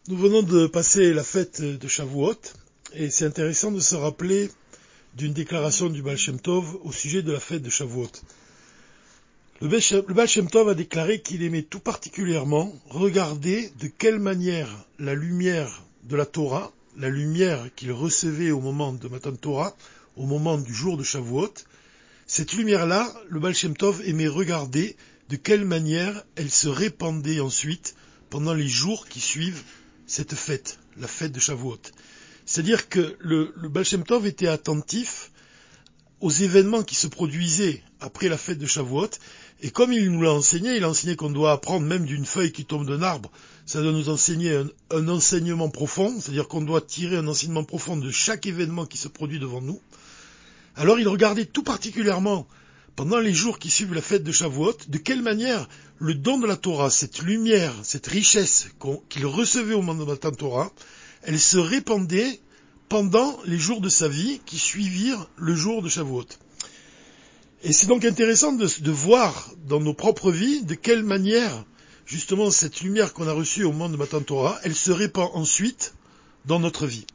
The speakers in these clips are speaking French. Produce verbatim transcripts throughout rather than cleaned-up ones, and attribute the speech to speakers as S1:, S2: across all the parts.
S1: Nous venons de passer la fête de Shavuot, et c'est intéressant de se rappeler d'une déclaration du Baal Shem Tov au sujet de la fête de Shavuot. Le Baal Shem Tov a déclaré qu'il aimait tout particulièrement regarder de quelle manière la lumière de la Torah, la lumière qu'il recevait au moment de Matan Torah, au moment du jour de Shavuot, cette lumière-là, le Baal Shem Tov aimait regarder de quelle manière elle se répandait ensuite pendant les jours qui suivent cette fête, la fête de Shavuot. C'est-à-dire que le, le Baal Shem Tov était attentif aux événements qui se produisaient après la fête de Shavuot, et comme il nous l'a enseigné, il a enseigné qu'on doit apprendre même d'une feuille qui tombe d'un arbre, ça doit nous enseigner un, un enseignement profond, c'est-à-dire qu'on doit tirer un enseignement profond de chaque événement qui se produit devant nous. Alors il regardait tout particulièrement, pendant les jours qui suivent la fête de Shavuot, de quelle manière le don de la Torah, cette lumière, cette richesse qu'il recevait au moment de la Torah, elle se répandait pendant les jours de sa vie qui suivirent le jour de Shavuot. Et c'est donc intéressant de, de voir dans nos propres vies de quelle manière, justement, cette lumière qu'on a reçue au moment de Matan Torah, elle se répand ensuite dans notre vie.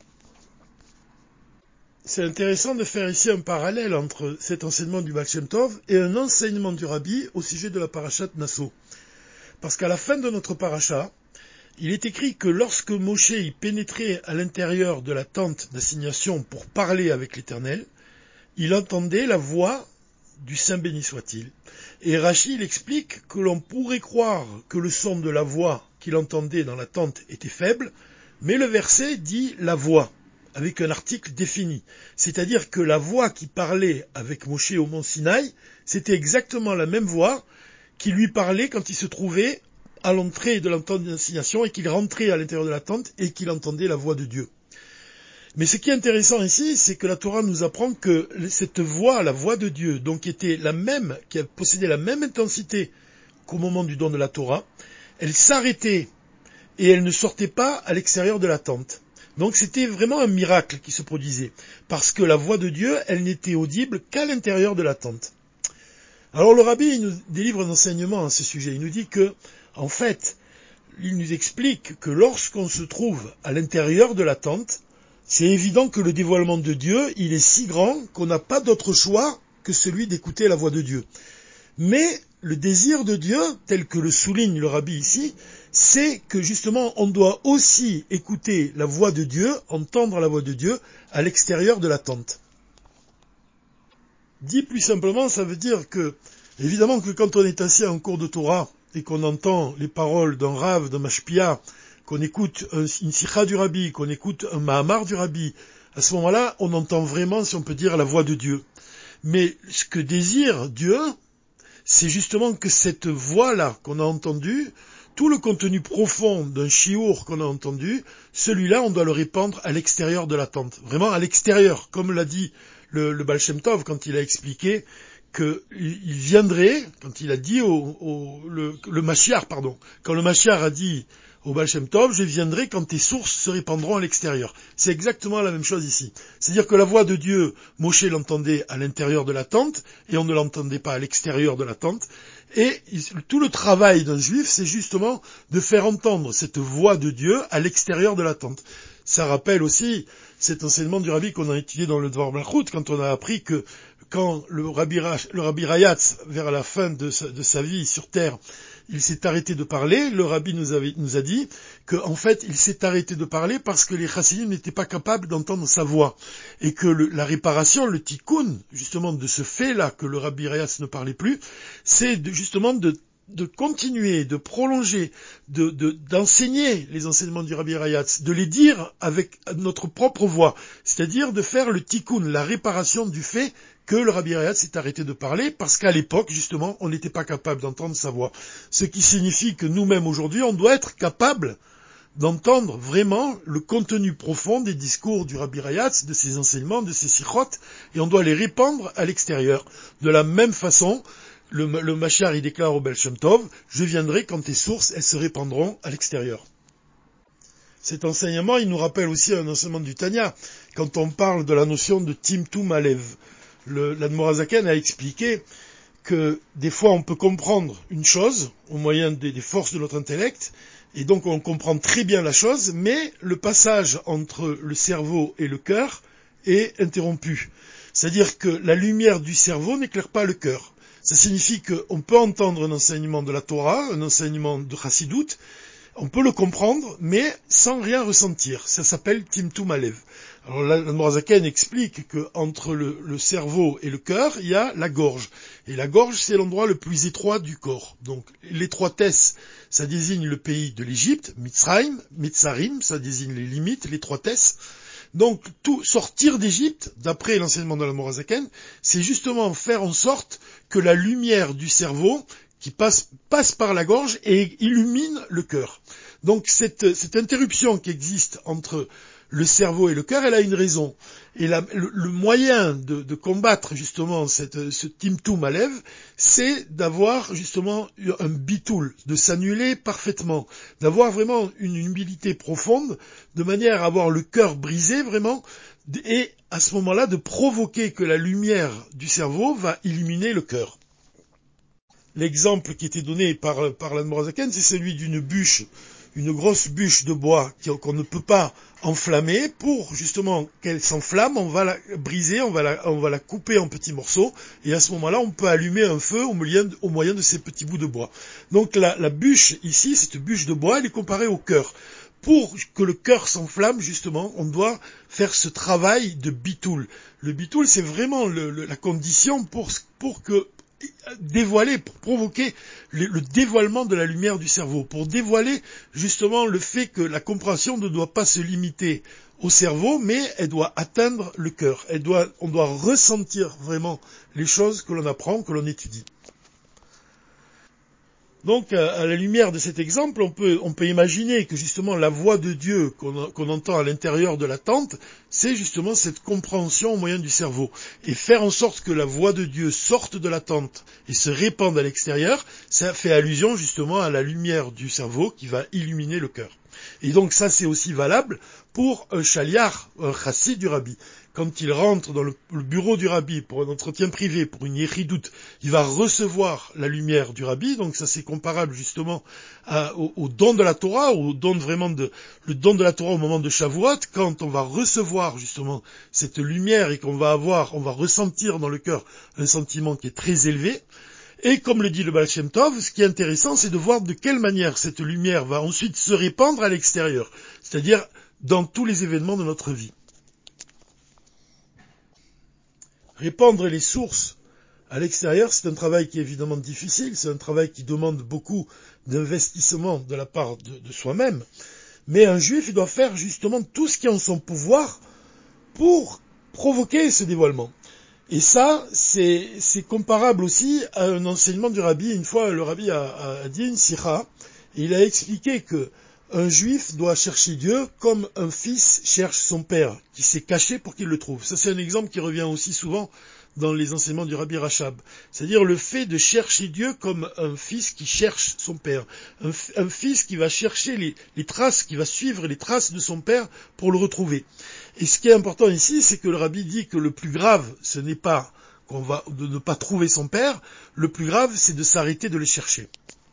S1: C'est intéressant de faire ici un parallèle entre cet enseignement du Baal Shem Tov et un enseignement du Rabbi au sujet de la parashat Nasso. Parce qu'à la fin de notre parasha, il est écrit que lorsque Moshe y pénétrait à l'intérieur de la tente d'assignation pour parler avec l'Éternel, il entendait la voix du Saint béni soit-il. Et Rashi il explique que l'on pourrait croire que le son de la voix qu'il entendait dans la tente était faible, mais le verset dit la voix, avec un article défini. C'est-à-dire que la voix qui parlait avec Moshe au mont Sinaï, c'était exactement la même voix qui lui parlait quand il se trouvait à l'entrée de la tente d'assignation et qu'il rentrait à l'intérieur de la tente et qu'il entendait la voix de Dieu. Mais ce qui est intéressant ici, c'est que la Torah nous apprend que cette voix, la voix de Dieu, donc était la même, qui possédait la même intensité qu'au moment du don de la Torah, elle s'arrêtait et elle ne sortait pas à l'extérieur de la tente. Donc c'était vraiment un miracle qui se produisait, parce que la voix de Dieu, elle n'était audible qu'à l'intérieur de la tente. Alors le Rabbi il nous délivre un enseignement à ce sujet. Il nous dit que, en fait, il nous explique que lorsqu'on se trouve à l'intérieur de la tente, c'est évident que le dévoilement de Dieu, il est si grand qu'on n'a pas d'autre choix que celui d'écouter la voix de Dieu. Mais le désir de Dieu, tel que le souligne le Rabbi ici, c'est que justement on doit aussi écouter la voix de Dieu, entendre la voix de Dieu à l'extérieur de la tente. Dit plus simplement, ça veut dire que, évidemment que quand on est assis en cours de Torah et qu'on entend les paroles d'un Rav, d'un Mashpia, qu'on écoute une sikha du Rabbi, qu'on écoute un Mahamar du Rabbi, à ce moment-là, on entend vraiment, si on peut dire, la voix de Dieu. Mais ce que désire Dieu, c'est justement que cette voix-là qu'on a entendue, tout le contenu profond d'un chiour qu'on a entendu, celui-là, on doit le répandre à l'extérieur de la tente. Vraiment à l'extérieur, comme l'a dit le, le Baal Shem Tov quand il a expliqué qu'il viendrait, quand il a dit au, au le, le Mashiach, pardon, quand le Mashiach a dit au Baal Shem Tov, je viendrai quand tes sources se répandront à l'extérieur. C'est exactement la même chose ici. C'est-à-dire que la voix de Dieu, Moshe l'entendait à l'intérieur de la tente, et on ne l'entendait pas à l'extérieur de la tente. Et tout le travail d'un juif, c'est justement de faire entendre cette voix de Dieu à l'extérieur de la tente. Ça rappelle aussi cet enseignement du Rabbi qu'on a étudié dans le Dvar Malchut, quand on a appris que quand le Rabbi, le Rabbi Rayatz, vers la fin de sa, de sa vie sur terre, il s'est arrêté de parler, le Rabbi nous, avait, nous a dit qu'en fait, il s'est arrêté de parler parce que les chassidim n'étaient pas capables d'entendre sa voix. Et que le, la réparation, le tikkun, justement, de ce fait-là, que le Rabbi Rayatz ne parlait plus, c'est de, justement de de continuer, de prolonger, de, de, d'enseigner les enseignements du Rabbi Rayatz, de les dire avec notre propre voix, c'est-à-dire de faire le tikkun, la réparation du fait que le Rabbi Rayatz s'est arrêté de parler, parce qu'à l'époque, justement, on n'était pas capable d'entendre sa voix. Ce qui signifie que nous-mêmes, aujourd'hui, on doit être capable d'entendre vraiment le contenu profond des discours du Rabbi Rayatz, de ses enseignements, de ses sikhot, et on doit les répandre à l'extérieur. De la même façon, Le, le Mashiach, il déclare au Baal Shem Tov, je viendrai quand tes sources, elles se répandront à l'extérieur. Cet enseignement, il nous rappelle aussi un enseignement du Tanya, quand on parle de la notion de Timtum Alev. L'Admorazaken a expliqué que des fois on peut comprendre une chose au moyen des, des forces de notre intellect, Et donc on comprend très bien la chose, mais le passage entre le cerveau et le cœur est interrompu. C'est-à-dire que la lumière du cerveau n'éclaire pas le cœur. Ça signifie qu'on peut entendre un enseignement de la Torah, un enseignement de Chassidout, on peut le comprendre, mais sans rien ressentir. Ça s'appelle Timtum Alev. Alors l'Admor HaZaken explique qu'entre le, le cerveau et le cœur, il y a la gorge. Et la gorge, c'est l'endroit le plus étroit du corps. Donc l'étroitesse, ça désigne le pays de l'Égypte, Mitzrayim, Mitzarim, ça désigne les limites, l'étroitesse. Donc tout sortir d'Égypte, d'après l'enseignement de l'Admor HaZaken, c'est justement faire en sorte que la lumière du cerveau qui passe, passe par la gorge et illumine le cœur. Donc cette, cette interruption qui existe entre le cerveau et le cœur, elle a une raison. Et la, le, le moyen de, de combattre justement cette, ce Timtum Alev, c'est d'avoir justement un bitoul, de s'annuler parfaitement, d'avoir vraiment une humilité profonde, de manière à avoir le cœur brisé vraiment, et à ce moment-là de provoquer que la lumière du cerveau va illuminer le cœur. L'exemple qui était donné par, par l'Admor HaZaken, c'est celui d'une bûche, une grosse bûche de bois qu'on ne peut pas enflammer. Pour justement qu'elle s'enflamme, on va la briser, on va la, on va la couper en petits morceaux, et à ce moment-là, on peut allumer un feu au moyen de, au moyen de ces petits bouts de bois. Donc la, la bûche ici, cette bûche de bois, elle est comparée au cœur. Pour que le cœur s'enflamme, justement, on doit faire ce travail de bitoul. Le bitoul, c'est vraiment le, le, la condition pour, pour que dévoiler, pour provoquer le, le dévoilement de la lumière du cerveau, pour dévoiler justement le fait que la compréhension ne doit pas se limiter au cerveau, mais elle doit atteindre le cœur. Elle doit, on doit ressentir vraiment les choses que l'on apprend, que l'on étudie. Donc, à la lumière de cet exemple, on peut, on peut imaginer que justement la voix de Dieu qu'on, qu'on entend à l'intérieur de la tente, c'est justement cette compréhension au moyen du cerveau. Et faire en sorte que la voix de Dieu sorte de la tente et se répande à l'extérieur, ça fait allusion justement à la lumière du cerveau qui va illuminer le cœur. Et donc ça, c'est aussi valable pour un chaliar, un chassid du rabbi. Quand il rentre dans le, le bureau du rabbi pour un entretien privé, pour une yéchidout, il va recevoir la lumière du rabbi. Donc ça, c'est comparable justement à, au, au don de la Torah, au don de vraiment de, le don de la Torah au moment de Shavuot, quand on va recevoir justement cette lumière et qu'on va avoir, on va ressentir dans le cœur un sentiment qui est très élevé. Et comme le dit le Baal Shem Tov, ce qui est intéressant, c'est de voir de quelle manière cette lumière va ensuite se répandre à l'extérieur, c'est-à-dire dans tous les événements de notre vie. Répandre les sources à l'extérieur, c'est un travail qui est évidemment difficile, c'est un travail qui demande beaucoup d'investissement de la part de, de soi-même, mais un juif, il doit faire justement tout ce qui est en son pouvoir pour provoquer ce dévoilement. Et ça, c'est, c'est comparable aussi à un enseignement du rabbi. Une fois, le rabbi a, a dit une sikha, et il a expliqué que un juif doit chercher Dieu comme un fils cherche son père, qui s'est caché pour qu'il le trouve. Ça, c'est un exemple qui revient aussi souvent dans les enseignements du Rabbi Rachab. C'est-à-dire le fait de chercher Dieu comme un fils qui cherche son père. Un, un fils qui va chercher les, les traces, qui va suivre les traces de son père pour le retrouver. Et ce qui est important ici, c'est que le Rabbi dit que le plus grave, ce n'est pas qu'on va, de ne pas trouver son père, le plus grave, c'est de s'arrêter de le chercher.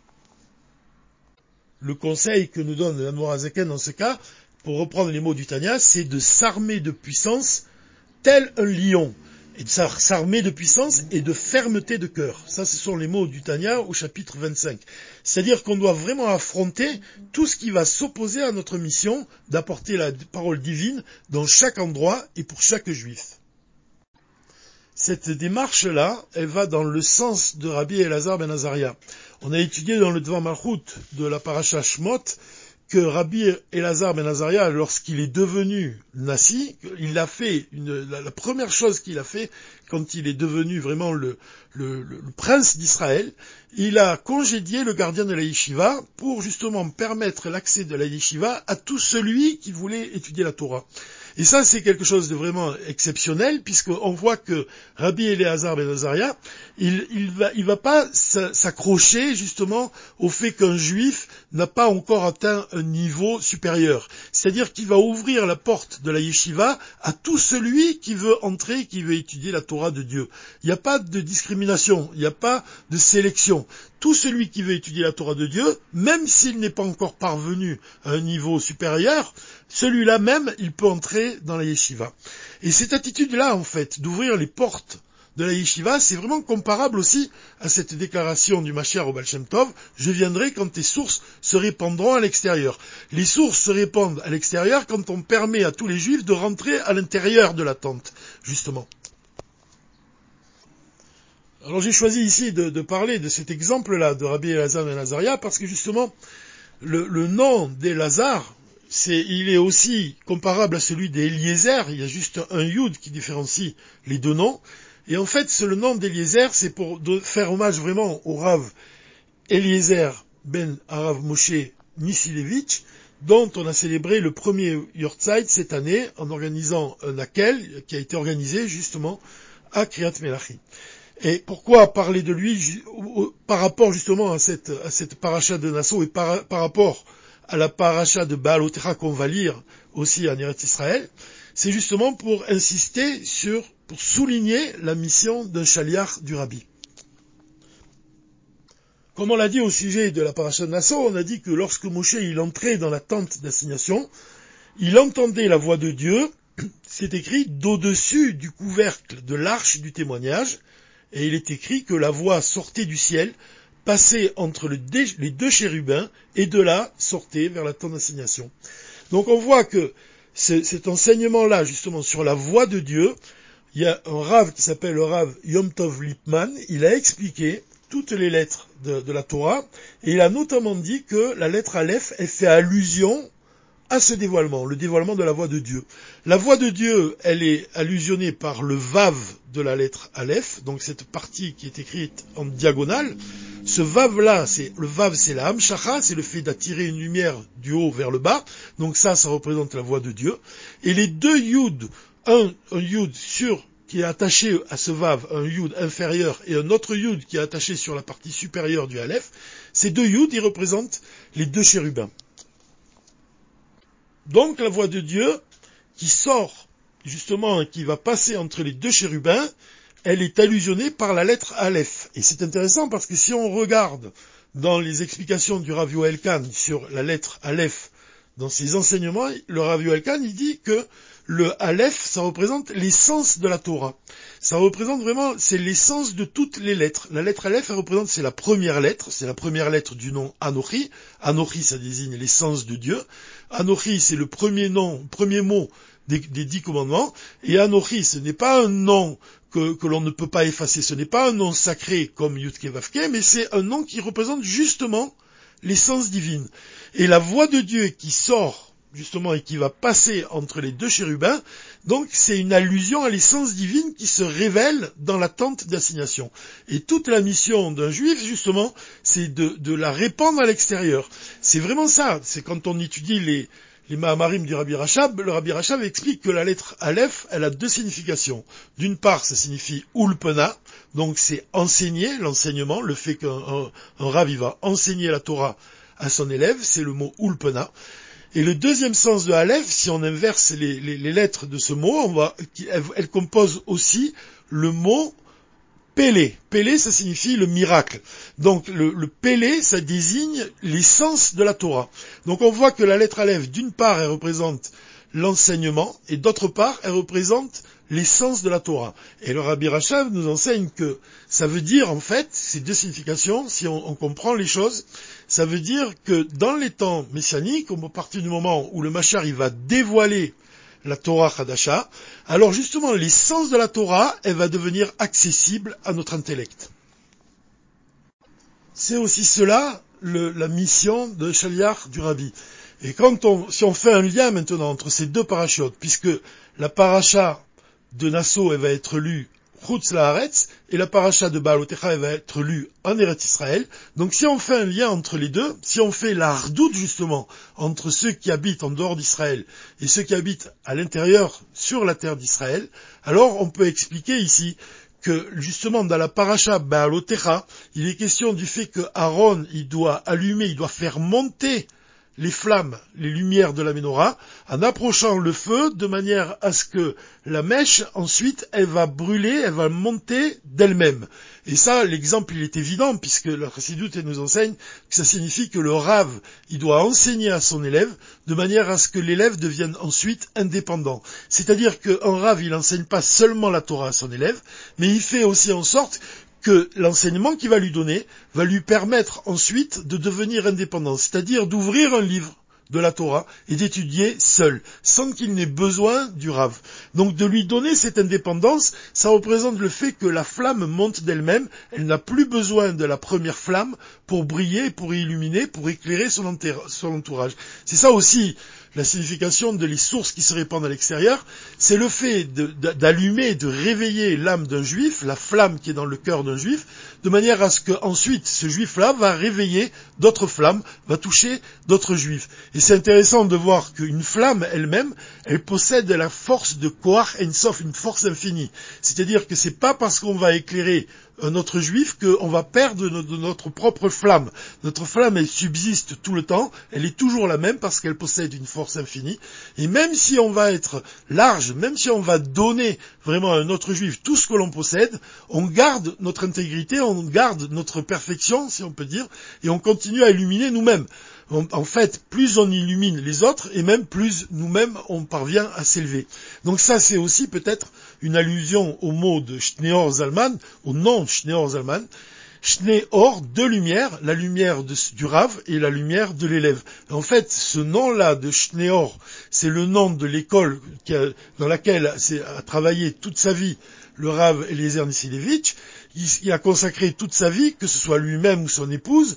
S1: Le conseil que nous donne l'Admor HaZaken dans ce cas, pour reprendre les mots du Tanya, c'est de s'armer de puissance tel un lion. Et de s'armer de puissance et de fermeté de cœur. Ça, ce sont les mots du Tanya au chapitre vingt-cinq. C'est-à-dire qu'on doit vraiment affronter tout ce qui va s'opposer à notre mission d'apporter la parole divine dans chaque endroit et pour chaque juif. Cette démarche-là, elle va dans le sens de Rabbi Elazar ben Azaria. On a étudié dans le Dvar Malchut de la Parasha Shmot que Rabbi Elazar ben Azaria, lorsqu'il est devenu Nassi, il a fait une, la, la première chose qu'il a fait quand il est devenu vraiment le, le, le, le prince d'Israël, il a congédié le gardien de la yeshiva pour justement permettre l'accès de la yeshiva à tout celui qui voulait étudier la Torah. Et ça, c'est quelque chose de vraiment exceptionnel, puisqu'on voit que Rabbi Elazar ben Azaria, il, il va, il va pas s'accrocher justement au fait qu'un juif n'a pas encore atteint un niveau supérieur. C'est-à-dire qu'il va ouvrir la porte de la yeshiva à tout celui qui veut entrer, qui veut étudier la Torah de Dieu. Il n'y a pas de discrimination, il n'y a pas de sélection. tout celui qui veut étudier la Torah de Dieu, même s'il n'est pas encore parvenu à un niveau supérieur, celui-là même, il peut entrer dans la yeshiva. Et cette attitude-là, en fait, d'ouvrir les portes de la yeshiva, c'est vraiment comparable aussi à cette déclaration du Mashiach au Baal Shem Tov, je viendrai quand tes sources se répandront à l'extérieur. Les sources se répandent à l'extérieur quand on permet à tous les juifs de rentrer à l'intérieur de la tente, justement. Alors j'ai choisi ici de, de parler de cet exemple-là de Rabbi Elazar ben Azaria parce que justement, le, le nom d'Elazar, c'est, il est aussi comparable à celui d'Eliezer, il y a juste un yud qui différencie les deux noms. Et en fait, c'est le nom d'Eliezer, c'est pour faire hommage vraiment au Rav Eliezer ben Arav Moshe Nisilevitch, dont on a célébré le premier Yortzeit cette année en organisant un Akel qui a été organisé justement à Kriyat Melachi. Et pourquoi parler de lui par rapport justement à cette, à cette paracha de Nassau et par, par rapport à la paracha de Baal Otecha qu'on va lire aussi en Eretz Israël, c'est justement pour insister sur, pour souligner la mission d'un chaliach du Rabbi. Comme on l'a dit au sujet de la paracha de Nassau, on a dit que lorsque Moshe il entrait dans la tente d'assignation, il entendait la voix de Dieu, c'est écrit d'au-dessus du couvercle de l'arche du témoignage, et il est écrit que la voix sortait du ciel, passait entre les deux chérubins, et de là sortait vers la tente d'assignation. Donc on voit que cet enseignement-là, justement, sur la voix de Dieu, il y a un Rav qui s'appelle le Rav Yom Tov Lipman, il a expliqué toutes les lettres de, de la Torah, et il a notamment dit que la lettre Aleph, elle fait allusion à ce dévoilement, le dévoilement de la voix de Dieu. La voix de Dieu, elle est allusionnée par le Vav de la lettre Aleph, donc cette partie qui est écrite en diagonale. Ce Vav-là, c'est, le Vav, c'est la Hamshacha, c'est le fait d'attirer une lumière du haut vers le bas, donc ça, ça représente la voix de Dieu. Et les deux Yud, un, un Yud sur, qui est attaché à ce Vav, un Yud inférieur, et un autre Yud qui est attaché sur la partie supérieure du Aleph, ces deux Yud, ils représentent les deux chérubins. Donc la voix de Dieu, qui sort, justement, qui va passer entre les deux chérubins, elle est allusionnée par la lettre Aleph. Et c'est intéressant parce que si on regarde dans les explications du Rav Yoel Khan sur la lettre Aleph, dans ses enseignements, le Rav Yoel Khan, il dit que le Aleph, ça représente l'essence de la Torah. Ça représente vraiment, c'est l'essence de toutes les lettres. La lettre Aleph, elle représente, c'est la première lettre, c'est la première lettre du nom Anochi. Anochi, ça désigne l'essence de Dieu. Anochi, c'est le premier nom, premier mot des, des dix commandements. Et Anochi, ce n'est pas un nom que, que l'on ne peut pas effacer. Ce n'est pas un nom sacré comme Yudke Vavke, mais c'est un nom qui représente justement l'essence divine. Et la voix de Dieu qui sort justement, et qui va passer entre les deux chérubins, donc c'est une allusion à l'essence divine qui se révèle dans la tente d'assignation. Et toute la mission d'un juif, justement, c'est de, de la répandre à l'extérieur. C'est vraiment ça, c'est quand on étudie les, les Mahamarim du Rabbi Rachab, le Rabbi Rachab explique que la lettre Aleph, elle a deux significations. D'une part, ça signifie Ulpena, donc c'est enseigner, l'enseignement, le fait qu'un un, un Rav va enseigner la Torah à son élève, c'est le mot Ulpena. Et le deuxième sens de Aleph, si on inverse les, les, les lettres de ce mot, on va, elle, elle compose aussi le mot Pélé. Pélé, ça signifie le miracle. Donc le, le Pélé, ça désigne l'essence de la Torah. Donc on voit que la lettre Aleph, d'une part, elle représente l'enseignement, et d'autre part, elle représente l'essence de la Torah. Et le Rabbi Rachab nous enseigne que ça veut dire, en fait, ces deux significations, si on, on comprend les choses, ça veut dire que dans les temps messianiques, à partir du moment où le Mashiach il va dévoiler la Torah Chadasha, alors justement l'essence de la Torah, elle va devenir accessible à notre intellect. C'est aussi cela, le, la mission de Shaliach du Rabbi. Et quand on, si on fait un lien maintenant entre ces deux parachutes, puisque la paracha de Nassau, elle va être lue Chutz Laaretz, et la paracha de Baal Otecha, elle va être lue en Eretz Israël. Donc si on fait un lien entre les deux, si on fait la hardout justement entre ceux qui habitent en dehors d'Israël et ceux qui habitent à l'intérieur sur la terre d'Israël, alors on peut expliquer ici que justement dans la paracha Baal Otecha, il est question du fait que Aaron, il doit allumer, il doit faire monter les flammes, les lumières de la menorah, en approchant le feu, de manière à ce que la mèche, ensuite, elle va brûler, elle va monter d'elle-même. Et ça, l'exemple, il est évident, puisque la Chassidoute nous enseigne que ça signifie que le Rav, il doit enseigner à son élève, de manière à ce que l'élève devienne ensuite indépendant. C'est-à-dire qu'un Rav, il n'enseigne pas seulement la Torah à son élève, mais il fait aussi en sorte que l'enseignement qu'il va lui donner va lui permettre ensuite de devenir indépendant, c'est-à-dire d'ouvrir un livre de la Torah et d'étudier seul, sans qu'il n'ait besoin du Rav. Donc de lui donner cette indépendance, ça représente le fait que la flamme monte d'elle-même, elle n'a plus besoin de la première flamme pour briller, pour illuminer, pour éclairer son, son entourage. C'est ça aussi la signification de les sources qui se répandent à l'extérieur, c'est le fait de, de, d'allumer, de réveiller l'âme d'un juif, la flamme qui est dans le cœur d'un juif, de manière à ce qu'ensuite ce juif-là va réveiller d'autres flammes, va toucher d'autres juifs. Et c'est intéressant de voir qu'une flamme elle-même, elle possède la force de Koach Ein Sof, une force infinie. C'est-à-dire que c'est pas parce qu'on va éclairer un autre juif qu'on va perdre de notre propre flamme. Notre flamme, elle subsiste tout le temps, elle est toujours la même parce qu'elle possède une force infinie. Et même si on va être large, même si on va donner vraiment à un autre juif tout ce que l'on possède, on garde notre intégrité, on garde notre perfection, si on peut dire, et on continue à illuminer nous-mêmes. En fait, plus on illumine les autres, et même plus nous-mêmes on parvient à s'élever. Donc ça, c'est aussi peut-être une allusion au mot de Shneor Zalman, au nom de Shneor Zalman. Shneor, deux lumières, la lumière de, du Rav et la lumière de l'élève. En fait, ce nom-là de Shneor, c'est le nom de l'école qui a, dans laquelle a travaillé toute sa vie le Rav Eliezer Nissilevitch. Il, il a consacré toute sa vie, que ce soit lui-même ou son épouse,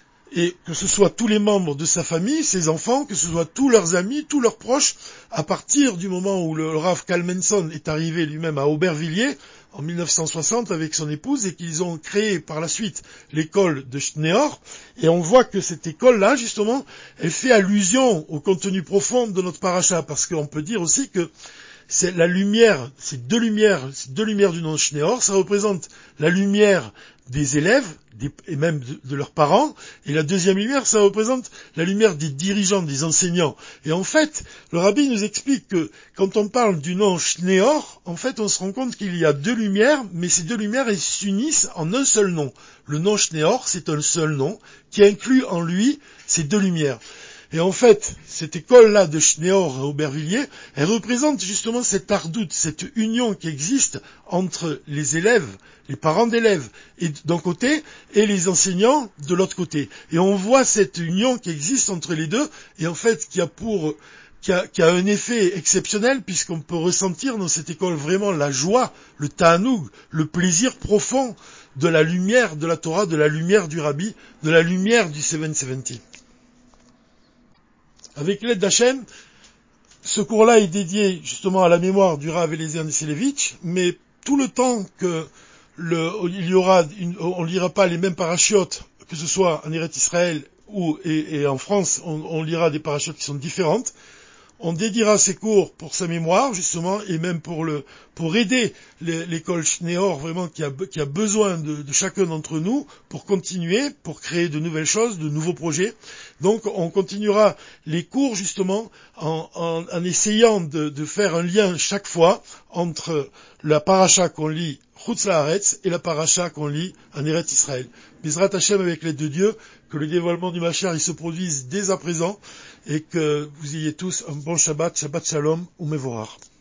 S1: et que ce soit tous les membres de sa famille, ses enfants, que ce soit tous leurs amis, tous leurs proches, à partir du moment où le Rav Kalmenson est arrivé lui-même à Aubervilliers, en mille neuf cent soixante, avec son épouse, et qu'ils ont créé par la suite l'école de Shneor, et on voit que cette école-là, justement, elle fait allusion au contenu profond de notre paracha, parce qu'on peut dire aussi que c'est la lumière, ces deux lumières, ces deux lumières du nom de Shneor, ça représente la lumière des élèves, des, et même de, de leurs parents, et la deuxième lumière, ça représente la lumière des dirigeants, des enseignants. Et en fait, le rabbi nous explique que quand on parle du nom Shneor, en fait, on se rend compte qu'il y a deux lumières, mais ces deux lumières, elles s'unissent en un seul nom. Le nom Shneor, c'est un seul nom, qui inclut en lui ces deux lumières. Et en fait, cette école-là de Shneor à Aubervilliers, elle représente justement cette ardoute, cette union qui existe entre les élèves, les parents d'élèves, et d'un côté, et les enseignants de l'autre côté. Et on voit cette union qui existe entre les deux, et en fait, qui a pour, qui a, qui a un effet exceptionnel, puisqu'on peut ressentir dans cette école vraiment la joie, le ta'anoug, le plaisir profond de la lumière de la Torah, de la lumière du Rabbi, de la lumière du sept cent soixante. Avec l'aide d'Hachem, ce cours-là est dédié justement à la mémoire du Rav Eliezer Nissilevitch, mais tout le temps que le, il y aura, une, on lira pas les mêmes parachiotes, que ce soit en Eretz Israël ou et, et en France, on, on lira des parachiotes qui sont différentes. On dédiera ces cours pour sa mémoire, justement, et même pour le, pour aider les, l'école Shneor, vraiment, qui a, qui a besoin de, de chacun d'entre nous pour continuer, pour créer de nouvelles choses, de nouveaux projets. Donc, on continuera les cours, justement, en, en, en essayant de, de faire un lien chaque fois entre la paracha qu'on lit Chutz La'aretz et la paracha qu'on lit en Eretz Israël. Bizrat Hashem, avec l'aide de Dieu, que le dévoilement du Mashiach, il se produise dès à présent, et que vous ayez tous un bon Shabbat, Shabbat Shalom ou Mevorach.